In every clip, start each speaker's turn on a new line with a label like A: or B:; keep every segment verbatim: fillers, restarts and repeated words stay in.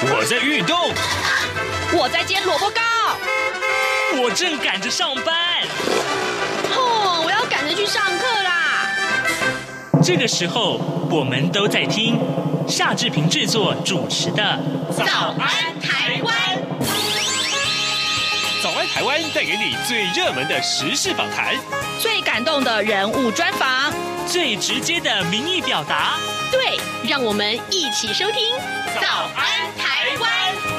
A: 我在运动，
B: 我在煎萝卜糕，
A: 我正赶着上班。
B: 哦，我要赶着去上课啦。
A: 这个时候，我们都在听夏志平制作主持的《
B: 早安台湾》。
A: 早安台湾带给你最热门的时事访谈，
B: 最感动的人物专访，
A: 最直接的民意表达。
B: 对，让我们一起收听《早安台湾》。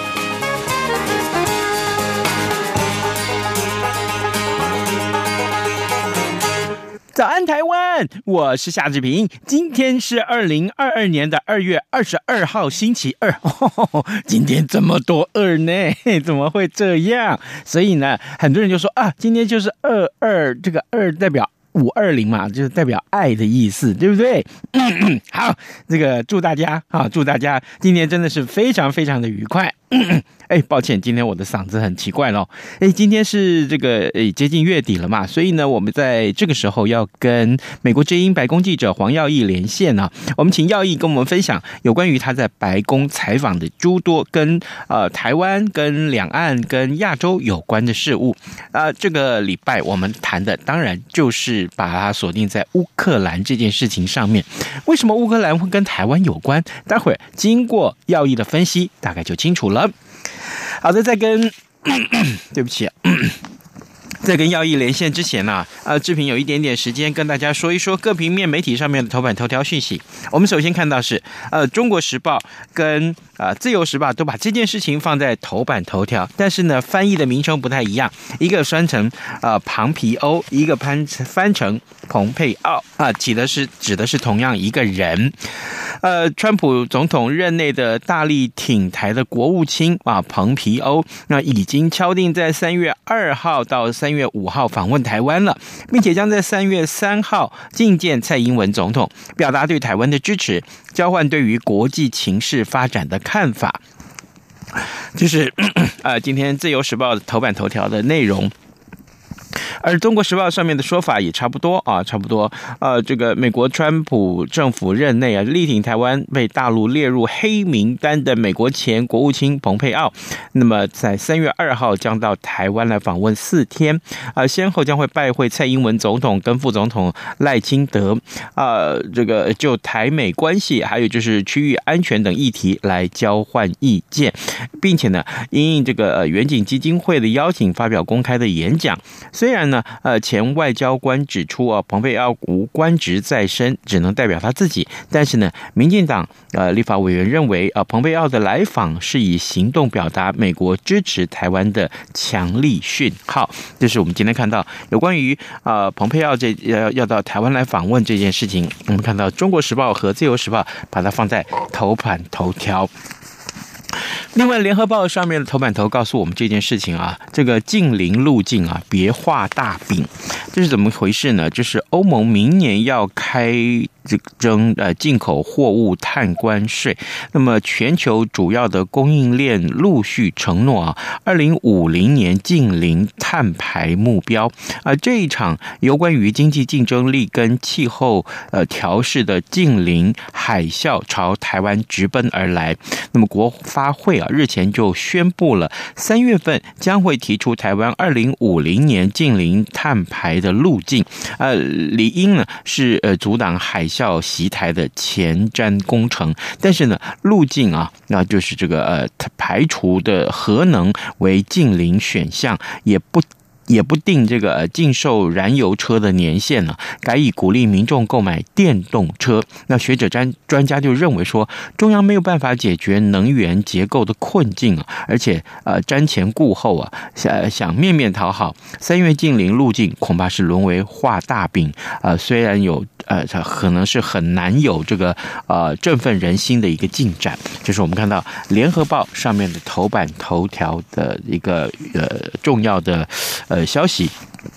C: 早安台湾，我是夏志平。今天是二零二二年的二月二十二号，星期二。哦，今天这么多二呢？怎么会这样？所以呢，很多人就说啊，今天就是二二，这个二代表五二零嘛，就是代表爱的意思，对不对？嗯、好，这个祝大家啊，祝大家今天真的是非常非常的愉快。哎，抱歉，今天我的嗓子很奇怪咯。哎，今天是这个诶接近月底了嘛，所以呢，我们在这个时候要跟美国之音白宫记者黄耀义连线啊。我们请耀义跟我们分享有关于他在白宫采访的诸多跟呃台湾、跟两岸、跟亚洲有关的事物。啊、呃，这个礼拜我们谈的当然就是把它锁定在乌克兰这件事情上面。为什么乌克兰会跟台湾有关？待会儿经过耀义的分析，大概就清楚了。好的，在跟对不起、啊，在跟耀义连线之前呢、啊，呃，志平有一点点时间跟大家说一说各平面媒体上面的头版头条讯息。我们首先看到是，呃，《中国时报》跟呃《自由时报》都把这件事情放在头版头条，但是呢，翻译的名称不太一样，一个翻成呃庞皮欧，一个翻翻成蓬佩奥啊、呃，指的是指的是同样一个人。呃，川普总统任内的大力挺台的国务卿啊，蓬皮欧，那已经敲定在三月二号到三月五号访问台湾了，并且将在三月三号觐见蔡英文总统，表达对台湾的支持，交换对于国际情势发展的看法。就是呃，今天《自由时报》头版头条的内容。而《中国时报》上面的说法也差不多啊，差不多。呃，这个美国川普政府任内啊，力挺台湾被大陆列入黑名单的美国前国务卿蓬佩奥，那么在三月二号将到台湾来访问四天，啊、呃，先后将会拜会蔡英文总统跟副总统赖清德，啊、呃，这个就台美关系还有就是区域安全等议题来交换意见，并且呢，因应这个呃远景基金会的邀请，发表公开的演讲。虽然呢，呃，前外交官指出啊，蓬佩奥无官职在身，只能代表他自己。但是呢，民进党呃立法委员认为啊，蓬佩奥的来访是以行动表达美国支持台湾的强力讯号。这是我们今天看到有关于啊蓬佩奥这要要到台湾来访问这件事情，我们看到《中国时报》和《自由时报》把它放在头版头条。另外，《联合报》上面的头版头告诉我们这件事情啊，这个近邻路径啊，别画大饼，这是怎么回事呢？就是欧盟明年要开这征呃进口货物碳关税，那么全球主要的供应链陆续承诺啊，二零五零年近零碳排目标啊、呃，这一场有关于经济竞争力跟气候呃调试的近零海啸朝台湾直奔而来，那么国发会啊日前就宣布了，三月份将会提出台湾二零五零年近零碳排的路径，呃，理应呢是呃阻挡海啸袭台的前瞻工程，但是呢，路径啊，那就是这个呃排除的核能为近零选项，也不。也不定这个禁售燃油车的年限呢，改以鼓励民众购买电动车。那学者专专家就认为说，中央没有办法解决能源结构的困境啊，而且呃瞻前顾后啊，想想面面讨好，三月近零路径恐怕是沦为画大饼啊、呃。虽然有呃可能是很难有这个呃振奋人心的一个进展，这是我们看到联合报上面的头版头条的一个呃重要的。呃，消息。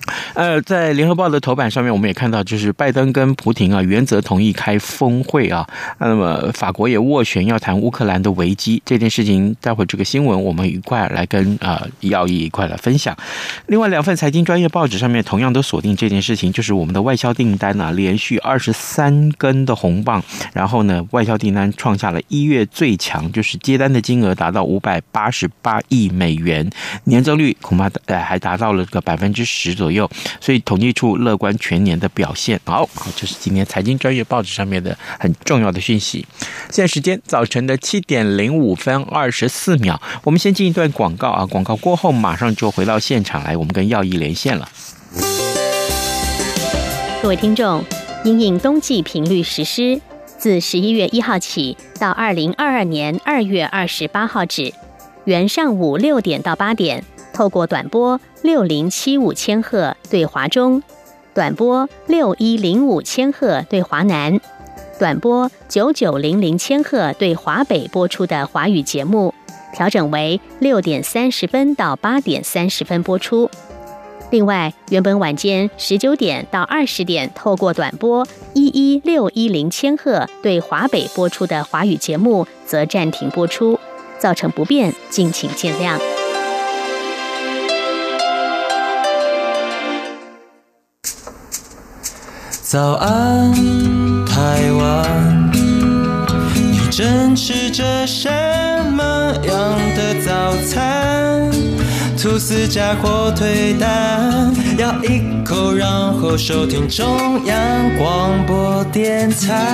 C: 呃，在联合报的头版上面，我们也看到，就是拜登跟普亭啊，原则同意开峰会啊。那么法国也斡旋要谈乌克兰的危机这件事情，待会这个新闻我们一块来跟啊耀毅一块来分享。另外两份财经专业报纸上面同样都锁定这件事情，就是我们的外销订单啊，连续二十三根的红棒，然后呢，外销订单创下了一月最强，就是接单的金额达到五百八十八亿美元，年增率恐怕呃还达到了个百分之十左右。所以统计处乐观全年的表现。好，这是今天财经专业报纸上面的很重要的讯息。现在时间早晨的七点零五分二十四秒，我们先进一段广告啊，广告过后马上就回到现场来，我们跟耀毅连线了。
B: 各位听众，因应冬季频率实施，自十一月一号起到二零二二年二月二十八号止，原上午六点到八点。透过短波六零七五千赫对华中，短波六一零五千赫对华南，短波九九零零千赫对华北播出的华语节目，调整为六点三十分到八点三十分播出。另外，原本晚间十九点到二十点透过短波一一六一零千赫对华北播出的华语节目，则暂停播出，造成不便，敬请见谅。
D: 早安，台湾，你正吃着什么样的早餐？吐司加火腿蛋，咬一口，然后收听中央广播电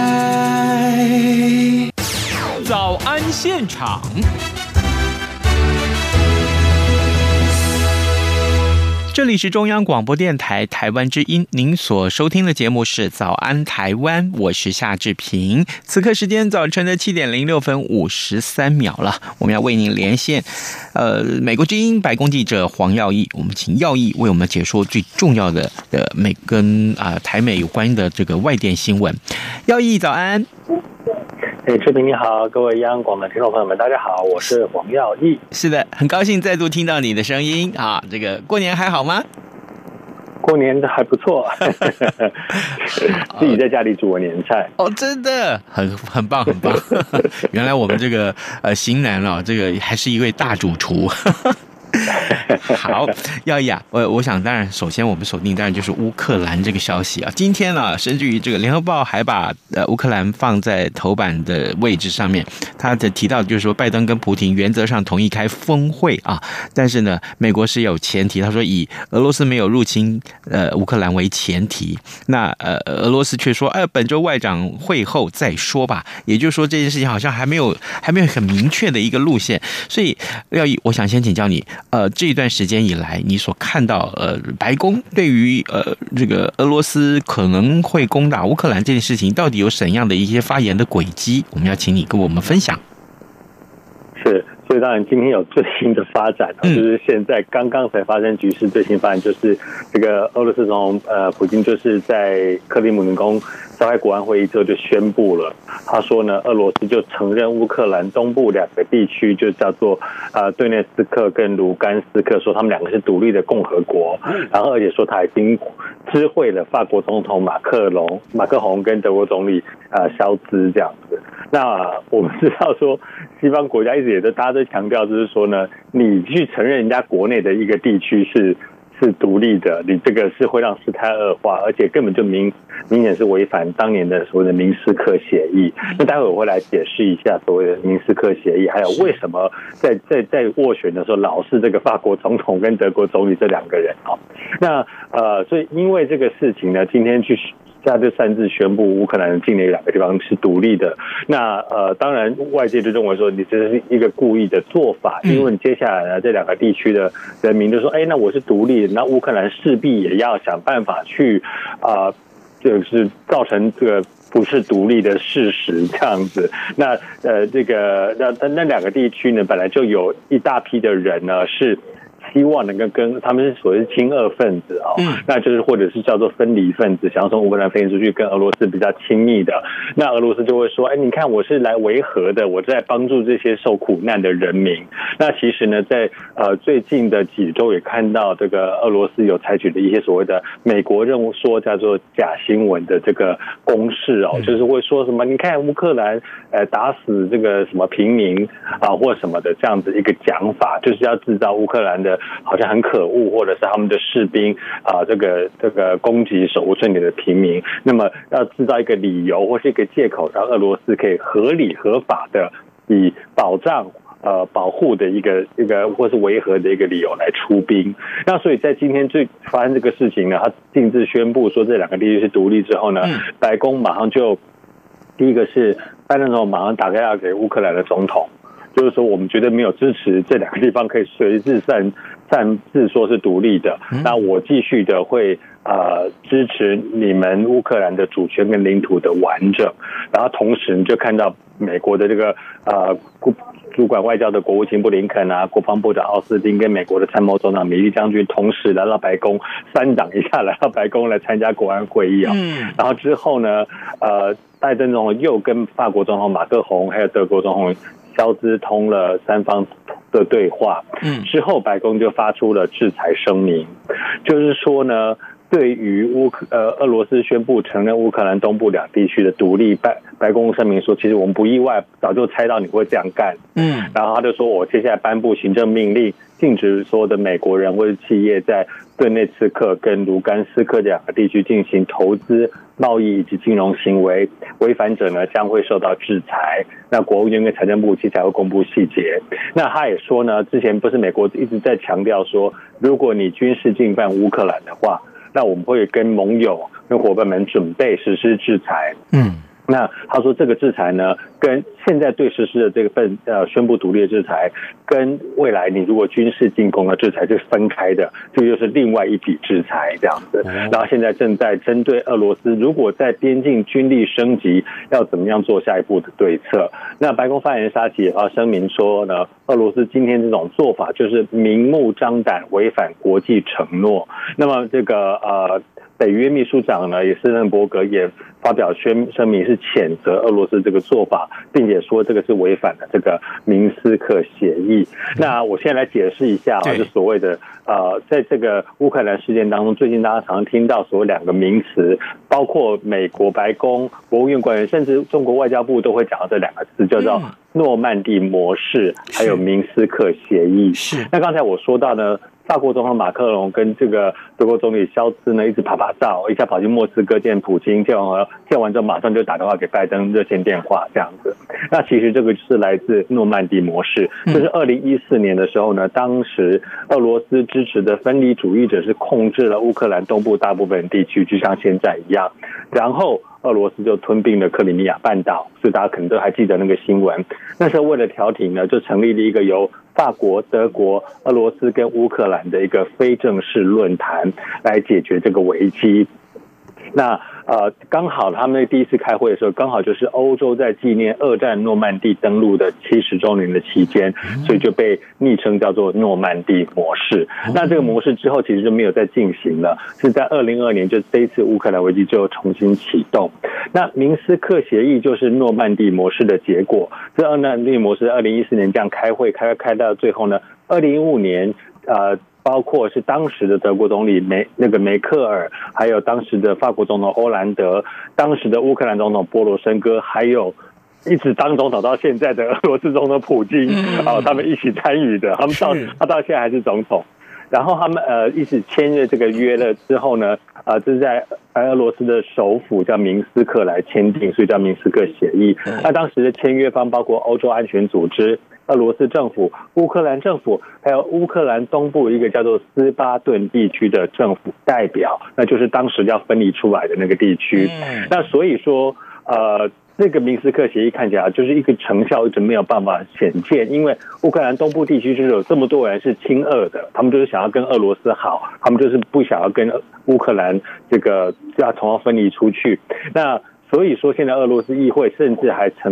D: 台。
C: 早安现场。这里是中央广播电台台湾之音，您所收听的节目是早安台湾，我是夏志平。此刻时间早晨的七点零六分五十三秒了，我们要为您连线呃，美国之音白宫记者黄耀毅，我们请耀毅为我们解说最重要的呃美跟啊、呃、台美有关的这个外电新闻。耀毅早安。
E: 哎，志平你好，各位央广的听众朋友们，大家好，我是黄耀毅。
C: 是的，很高兴再度听到你的声音啊！这个过年还好吗？
E: 过年还不错，自己在家里煮我年菜。
C: 哦，真的很很棒，很棒。原来我们这个呃型男啊，这个还是一位大主厨。好，耀毅啊，我我想当然，首先我们锁定当然就是乌克兰这个消息啊。今天呢，甚至于这个联合报还把呃乌克兰放在头版的位置上面，他的提到就是说，拜登跟普亭原则上同意开峰会啊，但是呢，美国是有前提，他说以俄罗斯没有入侵呃乌克兰为前提，那呃俄罗斯却说，哎、呃，本周外长会后再说吧，也就是说这件事情好像还没有还没有很明确的一个路线，所以耀毅，我想先请教你。呃，这一段时间以来，你所看到呃，白宫对于呃这个俄罗斯可能会攻打乌克兰这件事情，到底有怎样的一些发言的轨迹？我们要请你跟我们分享。
E: 是，所以当然今天有最新的发展，嗯、就是现在刚刚才发生局势最新发展，就是这个俄罗斯总统呃普京就是在克里姆林宫召开国安会议之后就宣布了，他说呢，俄罗斯就承认乌克兰东部两个地区，就叫做呃顿涅茨克跟卢甘斯克，说他们两个是独立的共和国，然后而且说他已经知会了法国总统马克龙、马克宏跟德国总理呃肖兹这样子。那我们知道说，西方国家一直也都大家都强调，就是说呢，你去承认人家国内的一个地区是。是独立的，你这个是会让事态恶化，而且根本就明明显是违反当年的所谓的明斯克协议。那待会我会来解释一下所谓的明斯克协议，还有为什么在在在斡旋的时候老是这个法国总统跟德国总理这两个人啊。那呃，所以因为这个事情呢，今天去。现在就擅自宣布乌克兰境内两个地方是独立的，那呃，当然外界就认为说你这是一个故意的做法，因为接下来呢这两个地区的人民就说，哎，那我是独立的，那乌克兰势必也要想办法去啊、呃，就是造成这个不是独立的事实这样子。那呃，这个那那两个地区呢，本来就有一大批的人呢是。 希望能够跟他们是所谓亲俄分子哦，嗯，那就是或者是叫做分离分子，想要从乌克兰飞出去跟俄罗斯比较亲密的，那俄罗斯就会说，哎，你看我是来维和的，我在帮助这些受苦难的人民。那其实呢，在呃最近的几周也看到这个俄罗斯有采取的一些所谓的美国认为说叫做假新闻的这个公式哦，就是会说什么，你看乌克兰呃打死这个什么平民啊或什么的这样子一个讲法，就是要制造乌克兰的好像很可恶，或者是他们的士兵啊这个这个攻击手无寸铁的平民，那么要制造一个理由或是一个借口，让俄罗斯可以合理合法的以保障呃保护的一个一个或是维和的一个理由来出兵。那所以在今天最发生这个事情呢，他径自宣布说这两个地区是独立之后呢，嗯、白宫马上就第一个是拜登总统马上打电话给乌克兰的总统，就是说我们绝对没有支持这两个地方可以随自擅擅自说是独立的，嗯、那我继续的会呃支持你们乌克兰的主权跟领土的完整。然后同时你就看到美国的这个呃主管外交的国务卿布林肯啊，国防部长奥斯汀跟美国的参谋总长米利将军同时来到白宫，三长一下来到白宫来参加国安会议啊。嗯，然后之后呢，呃，拜登总统又跟法国总统马克宏还有德国总统肖兹通了三方的对话。嗯，之后白宫就发出了制裁声明，就是说呢，对于乌克呃俄罗斯宣布承认乌克兰东部两地区的独立，白白宫声明说，其实我们不意外，早就猜到你会这样干。嗯，然后他就说，我接下来颁布行政命令，禁止所有的美国人或者企业在顿内茨克跟卢甘斯克两个地区进行投资、贸易以及金融行为，违反者呢将会受到制裁。那国务院跟财政部接下来会公布细节。那他也说呢，之前不是美国一直在强调说，如果你军事进犯乌克兰的话，那我们会跟盟友、跟伙伴们准备实施制裁。嗯，那他说这个制裁呢，跟现在对实施的这个份呃宣布独立的制裁，跟未来你如果军事进攻的制裁是分开的，这就是另外一笔制裁这样子。然后现在正在针对俄罗斯，如果在边境军力升级，要怎么样做下一步的对策。那白宫发言人沙奇也发声明说呢，俄罗斯今天这种做法就是明目张胆违反国际承诺。那么这个呃。北约秘书长呢，也斯滕伯格也发表宣声明，是谴责俄罗斯这个做法，并且说这个是违反了这个明斯克协议。那我现在来解释一下啊，就所谓的呃，在这个乌克兰事件当中，最近大家常常听到所谓两个名词，包括美国白宫、国务院官员，甚至中国外交部都会讲到这两个字，叫做诺曼底模式，还有明斯克协议。是。那刚才我说到呢，法国总统马克龙跟这个德国总理肖兹呢一直拍拍照，一下跑去莫斯科见普京，见完见完之后马上就打电话给拜登热线电话这样子。那其实这个就是来自诺曼底模式，就是二零一四年的时候呢，当时俄罗斯支持的分离主义者是控制了乌克兰东部大部分地区，就像现在一样，然后俄罗斯就吞并了克里米亚半岛，所以大家可能都还记得那个新闻。那时候为了调停呢，就成立了一个由法国、德国、俄罗斯跟乌克兰的一个非正式论坛来解决这个危机。那呃，刚好他们第一次开会的时候，刚好就是欧洲在纪念二战诺曼底登陆的七十周年的期间，所以就被昵称叫做诺曼底模式。那这个模式之后其实就没有再进行了，是在二零二二年，就这一次乌克兰危机就重新启动。那明斯克协议就是诺曼底模式的结果。这诺曼底模式二零一四年这样开会，开开到最后呢，二零一五年呃。包括是当时的德国总理梅那个梅克尔，还有当时的法国总统欧兰德，当时的乌克兰总统波罗申科，还有一直当总统到现在的俄罗斯总统普京，啊、哦，他们一起参与的，他们到他到现在还是总统。然后他们呃一起签约这个约了之后呢，啊、呃，这是在俄罗斯的首府叫明斯克来签订，所以叫明斯克协议。那当时的签约方包括欧洲安全组织、俄罗斯政府、乌克兰政府，还有乌克兰东部一个叫做斯巴顿地区的政府代表，那就是当时要分离出来的那个地区。那所以说，呃。这个明斯克协议看起来就是一个成效一直没有办法显见，因为乌克兰东部地区就是有这么多人是亲俄的，他们就是想要跟俄罗斯好，他们就是不想要跟乌克兰这个要从要分离出去。那所以说现在俄罗斯议会甚至还曾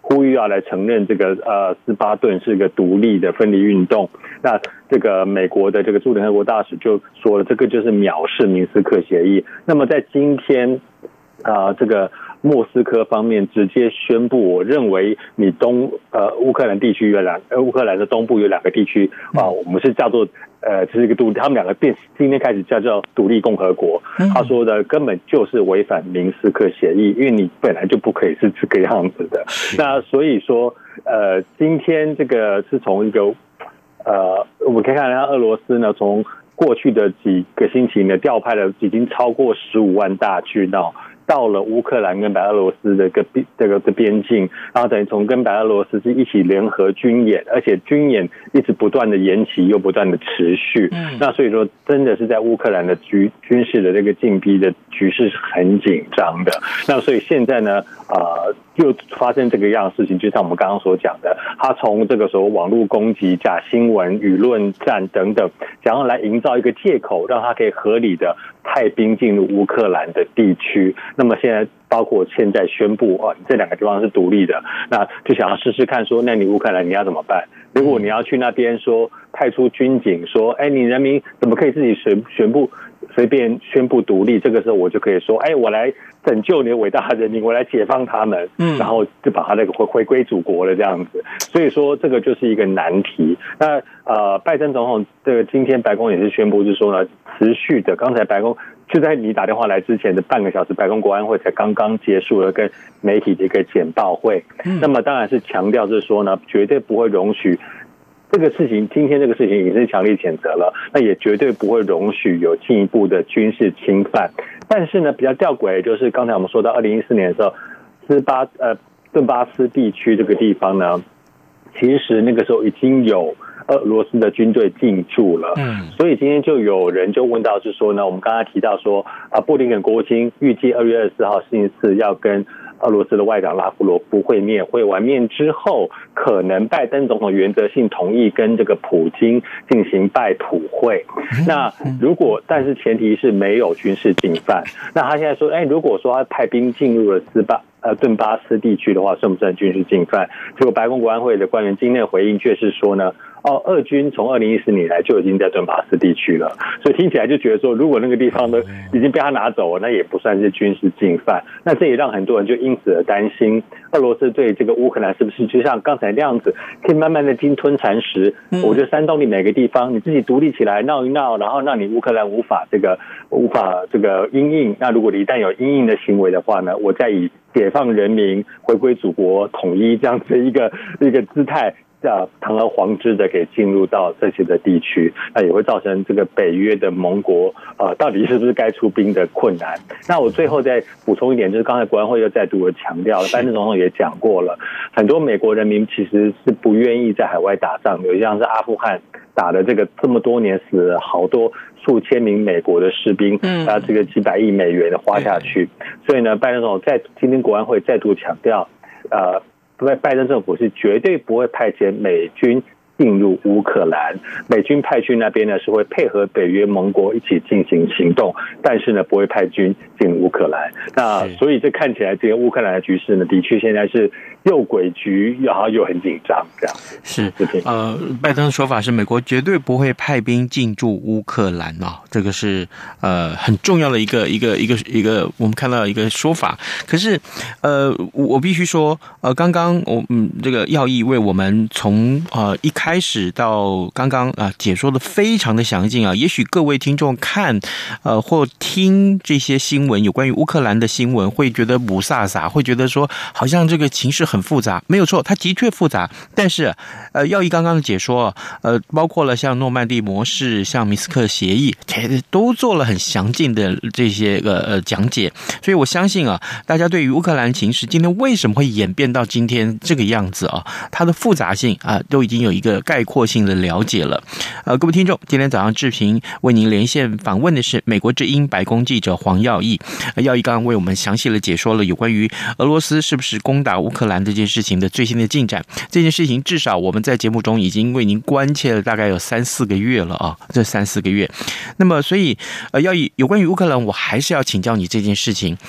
E: 呼吁要来承认这个呃斯巴顿是一个独立的分离运动。那这个美国的这个驻联合国大使就说了，这个就是藐视明斯克协议。那么在今天啊、呃，这个莫斯科方面直接宣布，我认为你东呃乌克兰地区有两呃乌克兰的东部有两个地区啊、呃，我们是叫做呃这是一个独，他们两个变今天开始叫叫独立共和国。他说的根本就是违反明斯克协议，因为你本来就不可以是这个样子的。那所以说呃今天这个是从一个呃我们可以看到俄罗斯呢从过去的几个星期呢调派了已经超过十五万大军到。到了乌克兰跟白俄罗斯的个这个的边境，然后等于从跟白俄罗斯是一起联合军演，而且军演一直不断的延期又不断的持续。嗯，那所以说真的是在乌克兰的局军事的这个进逼的局势是很紧张的。那所以现在呢，呃，又发生这个样的事情，就像我们刚刚所讲的，他从这个时候网络攻击、假新闻、舆论战等等，想要来营造一个借口，让他可以合理的派兵进入乌克兰的地区。那么现在包括现在宣布哦，这两个地方是独立的，那就想要试试看说，那你乌克兰你要怎么办？如果你要去那边说派出军警说，哎，你人民怎么可以自己随宣布随便宣布独立？这个时候我就可以说，哎，我来拯救你的伟大的人民，我来解放他们，嗯，然后就把他那个回回归祖国了这样子。所以说这个就是一个难题。那呃，拜登总统这个今天白宫也是宣布，就是说呢，持续的，刚才白宫就在你打电话来之前的半个小时，白宫国安会才刚刚结束了跟媒体的一个简报会。嗯、那么当然是强调是说呢，绝对不会容许这个事情，今天这个事情已经是强力谴责了，那也绝对不会容许有进一步的军事侵犯。但是呢，比较吊诡的就是刚才我们说到二零一四年的时候，斯巴呃顿巴斯地区这个地方呢，其实那个时候已经有俄罗斯的军队进驻了，嗯，所以今天就有人就问到，是说呢，我们刚才提到说啊，布林肯国务卿预计二月二十四号星期四要跟俄罗斯的外长拉夫罗夫会面，会完面之后，可能拜登总统原则性同意跟这个普京进行拜普会。那如果，但是前提是没有军事进犯。那他现在说，哎，如果说他派兵进入了斯巴呃顿巴斯地区的话，算不算军事进犯？结果白宫国安会的官员今天的回应却是说呢，哦，俄军从二零一四年来就已经在顿巴斯地区了，所以听起来就觉得说，如果那个地方呢已经被他拿走了，那也不算是军事进犯。那这也让很多人就因此而担心，俄罗斯对这个乌克兰是不是就像刚才那样子，可以慢慢的鲸吞蚕食？我觉得煽动你每个地方你自己独立起来闹一闹，然后让你乌克兰无法这个无法这个因应。那如果你一旦有因应的行为的话呢，我再以解放人民、回归祖国、统一这样子一个一个姿态。啊，堂而皇之的给进入到这些的地区，那也会造成这个北约的盟国呃，到底是不是该出兵的困难。那我最后再补充一点，就是刚才国安会又再度的强调了，拜登总统也讲过了，很多美国人民其实是不愿意在海外打仗，有像是阿富汗打了这个这么多年，死了好多数千名美国的士兵，嗯，啊，这个几百亿美元的花下去，所以呢，拜登总统在今天国安会再度强调，呃。拜登政府是绝对不会派遣美军进入乌克兰，美军派去那边呢是会配合北约盟国一起进行行动，但是呢不会派军进乌克兰。那所以这看起来这个乌克兰的局势呢，的确现在是又诡谲，然后又很紧张，这样
C: 是呃，拜登的说法是美国绝对不会派兵进驻乌克兰啊、哦，这个是呃很重要的一个一个一个一个我们看到一个说法。可是呃，我必须说呃，刚刚我嗯这个耀毅为我们从呃一开始到刚刚啊解说的非常的详尽啊，也许各位听众看呃或听这些新闻有关于乌克兰的新闻，会觉得不飒飒，会觉得说好像这个情势很复杂，没有错，它的确复杂，但是呃，耀毅刚刚的解说，呃，包括了像诺曼底模式、像明斯克协议，都做了很详尽的这些个呃讲解，所以我相信啊，大家对于乌克兰情势今天为什么会演变到今天这个样子啊，它的复杂性啊，都已经有一个概括性的了解了。呃，各位听众，今天早上志平为您连线访问的是美国之音白宫记者黄耀毅，呃、耀毅刚刚为我们详细的解说了有关于俄罗斯是不是攻打乌克兰这件事情的最新的进展。这件事情至少我们在节目中已经为您关切了大概有三四个月了啊，这三四个月。那么，所以呃，耀毅有关于乌克兰，我还是要请教你这件事情。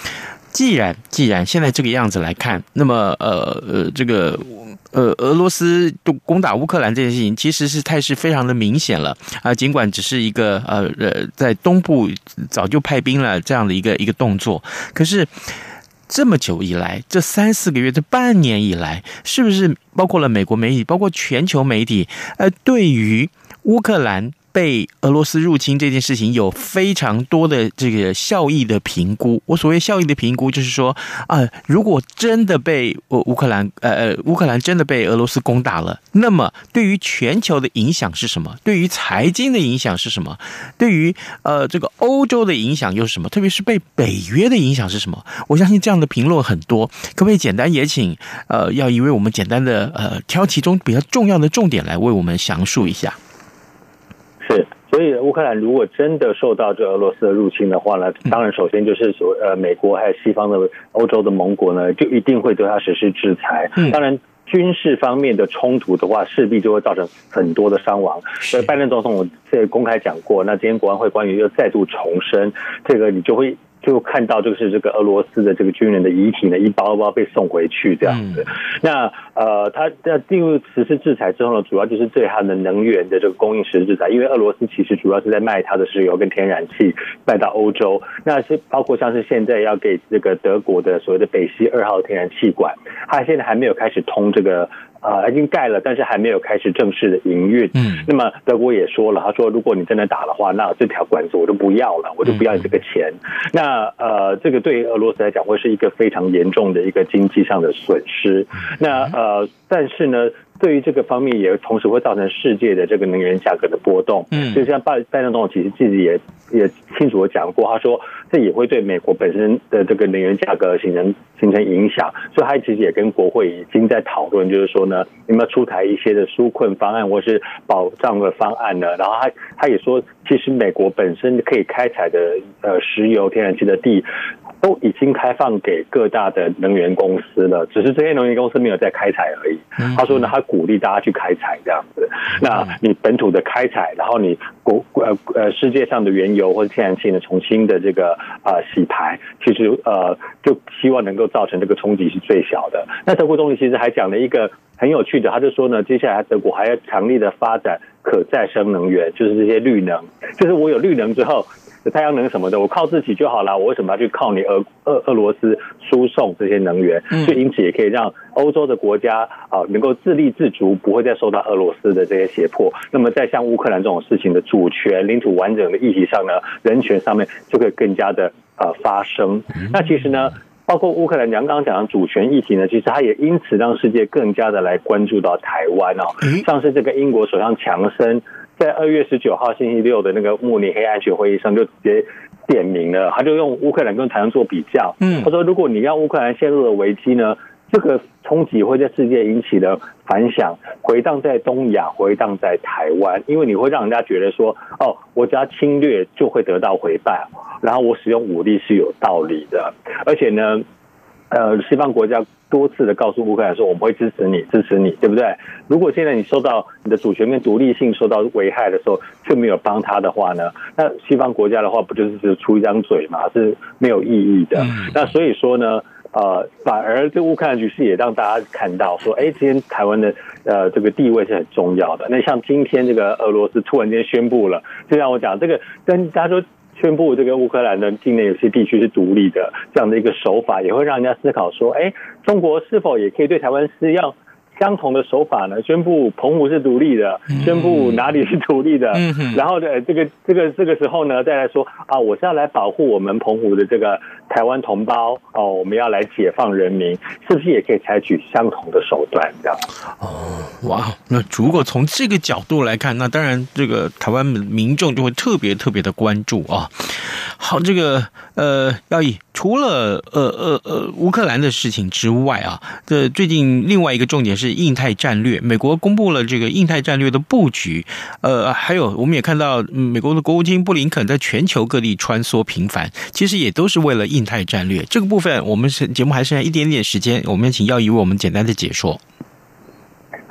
C: 既然既然现在这个样子来看，那么呃呃这个呃俄罗斯攻打乌克兰这件事情，其实是态势非常的明显了啊。尽管只是一个呃呃在东部早就派兵了这样的一个一个动作，可是这么久以来，这三四个月，这半年以来，是不是包括了美国媒体，包括全球媒体，呃，对于乌克兰被俄罗斯入侵这件事情有非常多的这个效益的评估。我所谓效益的评估，就是说啊、呃，如果真的被乌克兰呃呃乌克兰真的被俄罗斯攻打了，那么对于全球的影响是什么？对于财经的影响是什么？对于呃这个欧洲的影响又是什么？特别是被北约的影响是什么？我相信这样的评论很多，可不可以简单也请呃要以为我们简单的呃挑其中比较重要的重点来为我们详述一下？
E: 是，所以乌克兰如果真的受到这俄罗斯的入侵的话呢，当然首先就是所呃美国还有西方的欧洲的盟国呢，就一定会对他实施制裁。当然军事方面的冲突的话，势必就会造成很多的伤亡。所以拜登总统我这公开讲过，那今天国安会官员又再度重申，这个你就会。就看到就是这个俄罗斯的这个军人的遗体呢，一包一包被送回去这样子。嗯、那呃，他在进入实施制裁之后呢，主要就是对他的能源的这个供应实施制裁，因为俄罗斯其实主要是在卖他的石油跟天然气卖到欧洲，那是包括像是现在要给这个德国的所谓的北溪二号天然气管，他现在还没有开始通这个。呃，已经盖了，但是还没有开始正式的营运。嗯，那么德国也说了，他说如果你真的打的话，那这条管子我就不要了，我就不要你这个钱。嗯、那呃，这个对俄罗斯来讲会是一个非常严重的一个经济上的损失。那呃，但是呢，对于这个方面也同时会造成世界的这个能源价格的波动。嗯，就像拜拜登总统其实自己也也清楚的讲过，他说这也会对美国本身的这个能源价格形成形成影响，所以他其实也跟国会已经在讨论，就是说呢，有没有出台一些的纾困方案或是保障的方案呢？然后他他也说，其实美国本身可以开采的呃石油、天然气的地。都已经开放给各大的能源公司了，只是这些能源公司没有在开采而已。他说呢，他鼓励大家去开采这样子。那你本土的开采，然后你国呃呃世界上的原油或者天然气呢重新的这个呃洗牌，其实呃就希望能够造成这个冲击是最小的。那德国总理其实还讲了一个很有趣的，他就说呢，接下来德国还要强力的发展可再生能源，就是这些绿能，就是我有绿能之后。太阳能什么的，我靠自己就好了，我为什么要去靠你俄俄俄罗斯输送这些能源？所以因此也可以让欧洲的国家啊能够自立自足，不会再受到俄罗斯的这些胁迫。那么在像乌克兰这种事情的主权、领土完整的议题上呢，人权上面就会更加的呃发生。那其实呢，包括乌克兰刚刚讲的主权议题呢，其实它也因此让世界更加的来关注到台湾哦。像是这个英国首相强生。在二月十九号星期六的那个慕尼黑安全会议上，就直接点名了，他就用乌克兰跟台湾做比较。嗯，他说，如果你让乌克兰陷入了危机呢，这个冲击会在世界引起的反响，回荡在东亚，回荡在台湾，因为你会让人家觉得说，哦，我只要侵略就会得到回报，然后我使用武力是有道理的，而且呢。呃，西方国家多次的告诉乌克兰说，我们会支持你，支持你，对不对？如果现在你受到你的主权跟独立性受到危害的时候，却没有帮他的话呢，那西方国家的话，不就是只出一张嘴嘛，是没有意义的。嗯、那所以说呢，呃，反而这乌克兰局势也让大家看到说，哎，今天台湾的呃这个地位是很重要的。那像今天这个俄罗斯突然间宣布了，就像我讲这个，跟大家说。宣布这个乌克兰的境内有些地区是独立的，这样的一个手法也会让人家思考说，哎，中国是否也可以对台湾施用相同的手法呢？宣布澎湖是独立的，宣布哪里是独立的，嗯、然后呢，这个这个这个时候呢，再来说啊，我是要来保护我们澎湖的这个台湾同胞哦，我们要来解放人民，是不是也可以采取相同的手段？这样
C: 哦，哇，那如果从这个角度来看，那当然这个台湾民众就会特别特别的关注啊。好，这个呃，要以除了呃呃呃乌克兰的事情之外啊，这最近另外一个重点是印太战略，美国公布了这个印太战略的布局，呃，还有我们也看到美国的国务卿布林肯在全球各地穿梭频繁，其实也都是为了印太战略。这个部分我们是节目还剩下一点点时间，我们请耀仪为我们简单的解说。
E: 好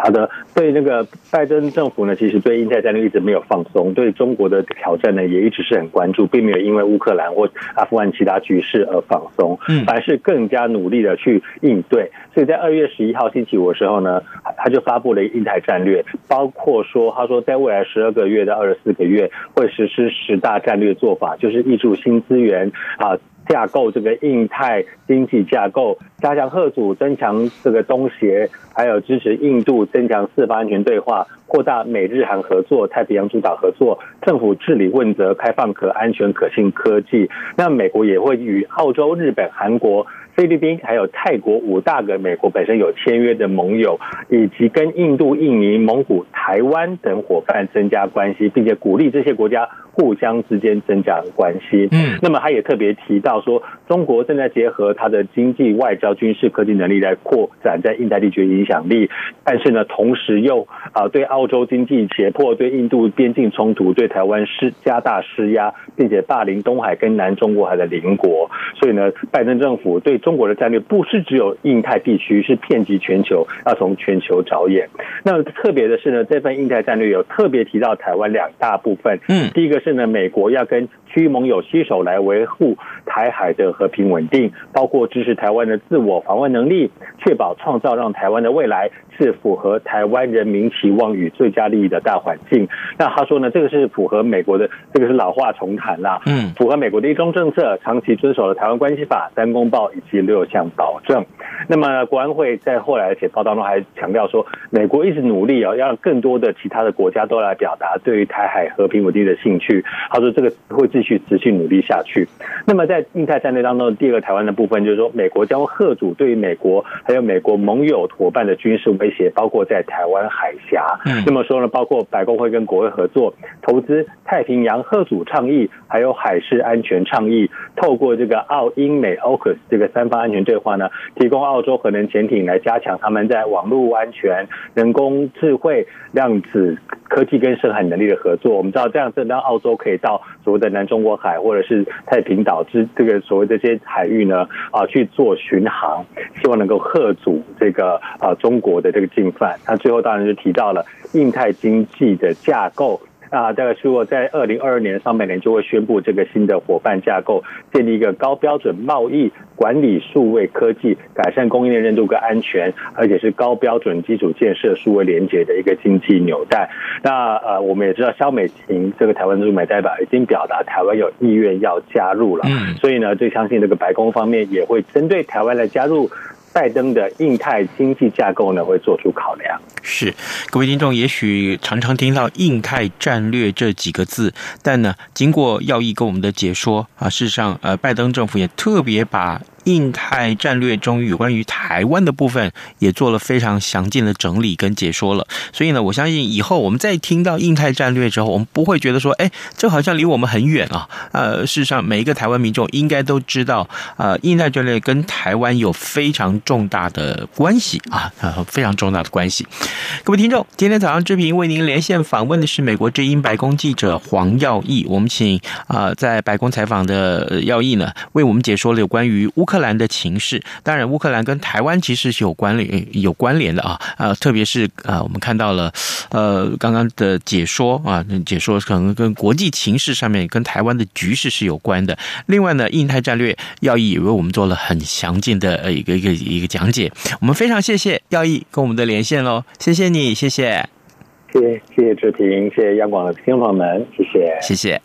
E: 好的，对那个拜登政府呢，其实对印太战略一直没有放松，对中国的挑战呢也一直是很关注，并没有因为乌克兰或阿富汗其他局势而放松，反而是更加努力的去应对。所以在二月十一号星期五的时候呢，他就发布了印太战略，包括说他说在未来十二个月到二十四个月会实施十大战略做法，就是挹注新资源啊。架构这个印太经济架构，加强贺组，增强这个东协，还有支持印度，增强四方安全对话，扩大美日韩合作、太平洋诸岛合作，政府治理问责，开放可安全可信科技。那美国也会与澳洲、日本、韩国、菲律宾还有泰国五大个美国本身有签约的盟友，以及跟印度、印尼、蒙古、台湾等伙伴增加关系，并且鼓励这些国家互相之间增加关系。嗯，那么他也特别提到说，中国正在结合它的经济、外交、军事、科技能力来扩展在印太地区的影响力，但是呢，同时又啊、呃、对澳洲经济胁迫，对印度边境冲突，对台湾施加大施压，并且霸凌东海跟南中国海的邻国。所以呢，拜登政府对中国的战略不是只有印太地区，是遍及全球，要从全球着眼。那特别的是呢，这份印太战略有特别提到台湾两大部分。嗯，第一个是呢，美国要跟区域盟友携手来维护台海的和平稳定，包括支持台湾的自我防卫能力，确保创造让台湾的未来是符合台湾人民期望与最佳利益的大环境。那他说呢，这个是符合美国的，这个是老话重谈啦，嗯，符合美国的一中政策，长期遵守了台湾关系法、三公报以及六项保证。那么国安会在后来的写报当中还强调说，美国一直努力啊，要让更多的其他的国家都来表达对于台海和平稳定的兴趣。他说这个会继续持续努力下去。那么在印太战略当中的第二个台湾的部分，就是说美国将会嚇阻对于美国还有美国盟友伙伴的军事威胁，包括在台湾海峡。嗯，那么说呢，包括白宫会跟国会合作，投资太平洋嚇阻倡议，还有海事安全倡议，透过这个澳英美 O C U S 这个三方安全对话呢，提供澳洲核能潜艇来加强他们在网络安全、人工智慧、量子科技跟深海能力的合作。我们知道这样子让澳洲可以到所谓的南中国海或者是太平岛之这个所谓的这些海域呢啊去做巡航，希望能够嚇阻这个啊中国的这个进犯。那最后当然就提到了印太经济的架构。啊，大概说在二零二二年上半年就会宣布这个新的伙伴架构，建立一个高标准贸易、管理数位科技、改善供应链韧度跟安全，而且是高标准基础建设、数位连结的一个经济纽带。那呃，我们也知道萧美琴这个台湾驻美代表已经表达台湾有意愿要加入了，嗯，所以呢，就相信这个白宫方面也会针对台湾的加入拜登的印太经济架构呢，会做出考量。
C: 是，各位听众也许常常听到印太战略这几个字，但呢，经过耀毅跟我们的解说啊，事实上，呃，拜登政府也特别把印太战略中有关于台湾的部分也做了非常详尽的整理跟解说了。所以呢，我相信以后我们再听到印太战略之后，我们不会觉得说，哎，这好像离我们很远啊。呃，事实上，每一个台湾民众应该都知道，呃，印太战略跟台湾有非常重大的关系啊，呃，非常重大的关系。各位听众，今天早上之平为您连线访问的是美国之音白宫记者黄耀毅。我们请啊、呃、在白宫采访的耀毅呢，为我们解说了有关于乌克兰的情势。当然，乌克兰跟台湾其实是有关联有关联的啊。呃，特别是呃我们看到了呃刚刚的解说啊，解说可能跟国际情势上面跟台湾的局势是有关的。另外呢，印太战略耀毅也为我们做了很详尽的一个一个一个讲解。我们非常谢谢耀毅跟我们的连线喽。谢谢你，谢谢，
E: 谢谢谢谢志平，谢谢央广的听众朋友们，谢谢，
C: 谢谢。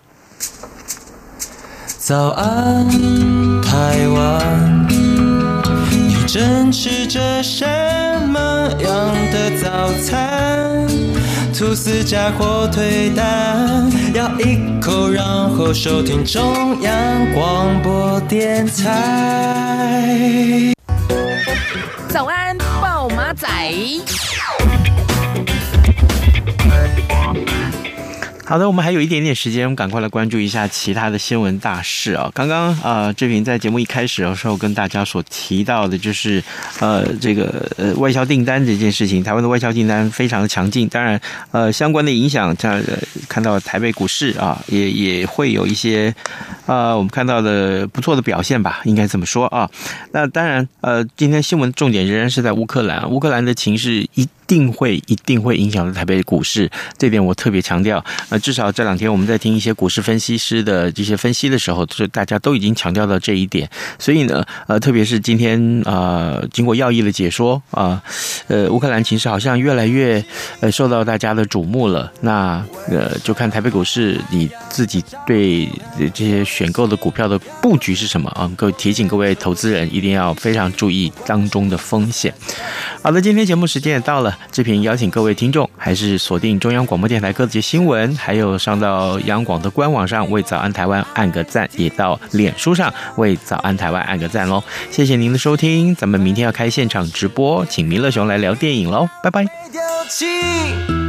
D: 早安，台湾，你正吃着什么样的早餐？吐司加火腿蛋，咬一口，然后收听中央广播电台。
F: 早安，暴马仔。
C: 好的，我们还有一点点时间，我们赶快来关注一下其他的新闻大事啊。刚刚呃，志平在节目一开始的时候跟大家所提到的，就是呃这个呃外销订单这件事情，台湾的外销订单非常的强劲，当然呃相关的影响，这样、呃、看到台北股市啊，也也会有一些呃我们看到的不错的表现吧，应该这么说啊。那当然呃，今天新闻重点仍然是在乌克兰，乌克兰的情势一定会一定会影响到台北股市，这点我特别强调。呃，至少这两天我们在听一些股市分析师的这些分析的时候，就是大家都已经强调到这一点。所以呢，呃，特别是今天呃，经过耀毅的解说啊，呃, 呃，乌克兰情势好像越来越呃受到大家的瞩目了。那呃，就看台北股市你自己对这些选购的股票的布局是什么啊？各位提醒各位投资人一定要非常注意当中的风险。好的，今天节目时间也到了，志平邀请各位听众还是锁定中央广播电台各节新闻，还有上到央广的官网上为早安台湾按个赞，也到脸书上为早安台湾按个赞咯。谢谢您的收听，咱们明天要开现场直播，请弥勒熊来聊电影咯，拜拜。